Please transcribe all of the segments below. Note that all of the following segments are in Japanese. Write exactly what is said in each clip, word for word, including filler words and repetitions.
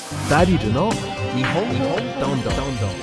ダリルの日本語どんどんどんどん。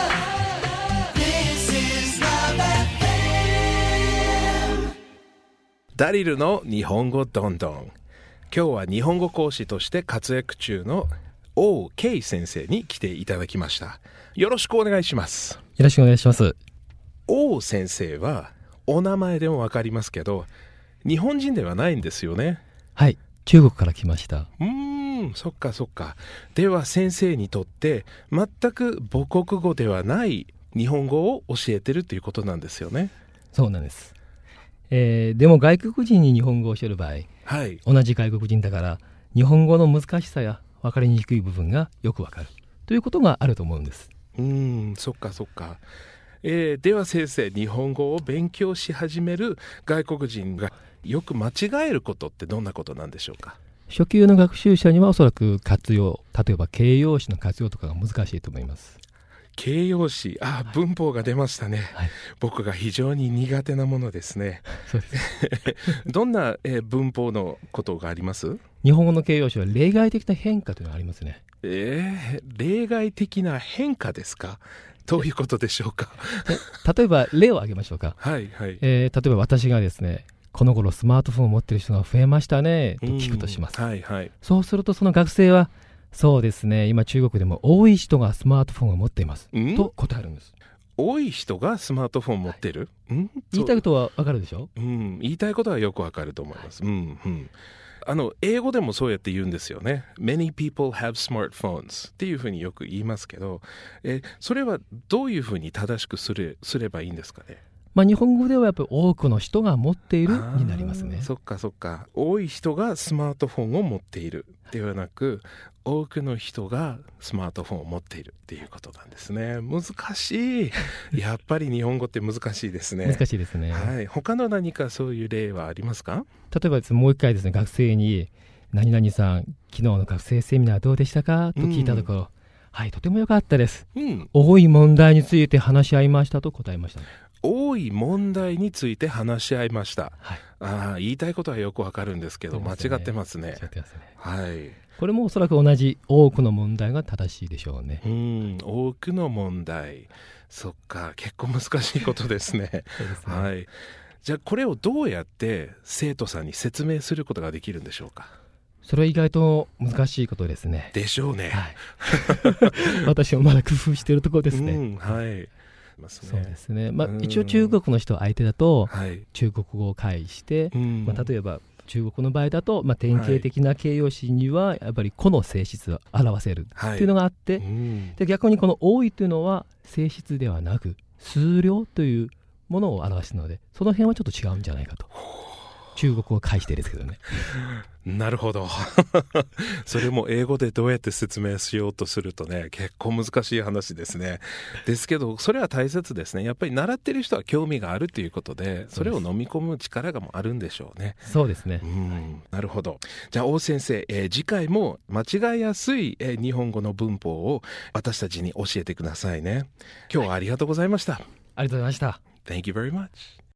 ダリルの日本語どんどん。今日は日本語講師として活躍中の王慶先生に来ていただきました。よろしくお願いします。 よろしくお願いします。 王先生はお名前でもわかりますけど、日本人ではないんですよね。 はい、中国から来ました。 うーん、そっかそっか。では先生にとって全く母国語ではない日本語を教えてるということなんですよね。 そうなんです。えー、でも外国人に日本語を教える場合、 はい、 同じ外国人だから日本語の難しさや分かりにくい部分がよくわかるということがあると思うんです。 うーん、そっかそっか。えー、では先生、日本語を勉強し始める外国人がよく間違えることってどんなことなんでしょうか？ 初級の学習者にはおそらく活用、例えば形容詞の活用とかが難しいと思います。 形容詞、あ、文法が出ましたね、 はい、 僕が非常に苦手なものですね。 そうですどんな、えー、文法のことがあります？ 日本語の形容詞は例外的な変化というのがありますね。 えー、例外的な変化ですか？どういうことでしょうか？ 例えば例を挙げましょうか。 はいはい、 えー、例えば私がですね、この頃スマートフォンを持っている人が増えましたねと聞くとします。 はいはい、 そうするとその学生は、そうですね、今中国でも多い人がスマートフォンを持っていますと答えるんです。 多い人がスマートフォンを持ってる、はい、ん言いたいことはわかるでしょ？ うん、言いたいことはよくわかると思います、はい、うんうん。あの英語でもそうやって言うんですよね。 Many people have smartphones っていうふうによく言いますけど、えそれはどういうふうに正しくすれ、すればいいんですかね？ まあ、日本語ではやっぱり多くの人が持っているになりますね。 そっかそっか。多い人がスマートフォンを持っているではなく、多くの人がスマートフォンを持っているっていうことなんですね。難しい。やっぱり日本語って難しいですね。 難しいですね、 はい、他の何かそういう例はありますか？ 例えばですね、もう一回ですね、学生に何々さん昨日の学生セミナーどうでしたかと聞いたところ、うん、はい、とても良かったです、うん、多い問題について話し合いましたと答えましたね。 多い問題について話し合いました、はい、あ、言いたいことはよくわかるんですけど、間違ってますね。 間違ってますね。 はい、 これもおそらく同じ多くの問題が正しいでしょうね。 うん、多くの問題、そっか、結構難しいことですね。 そうですね、 はい、じゃあこれをどうやって生徒さんに説明することができるんでしょうか？ それは意外と難しいことですね。 でしょうね、はい、 私もまだ工夫しているところですね、 うん、はい、 そうですね、まあ、一応中国の人相手だと、 はい、 中国語を介して、まあ、例えば中国の場合だと、まあ、典型的な形容詞にはやっぱり個の性質を表せるっていうのがあって、はい、で逆にこの多いというのは性質ではなく数量というものを表すので、その辺はちょっと違うんじゃないかと。中国語を介してですけどね。 なるほど。それも英語でどうやって説明しようとするとね、結構難しい話ですね。ですけどそれは大切ですね。やっぱり習ってる人は興味があるということで、それを飲み込む力がもあるんでしょうね。そうですね、うん、なるほど。じゃあ王先生、えー、次回も間違いやすい、えー、日本語の文法を私たちに教えてくださいね。今日はありがとうございました、はい、 ありがとうございました。 Thank you very much.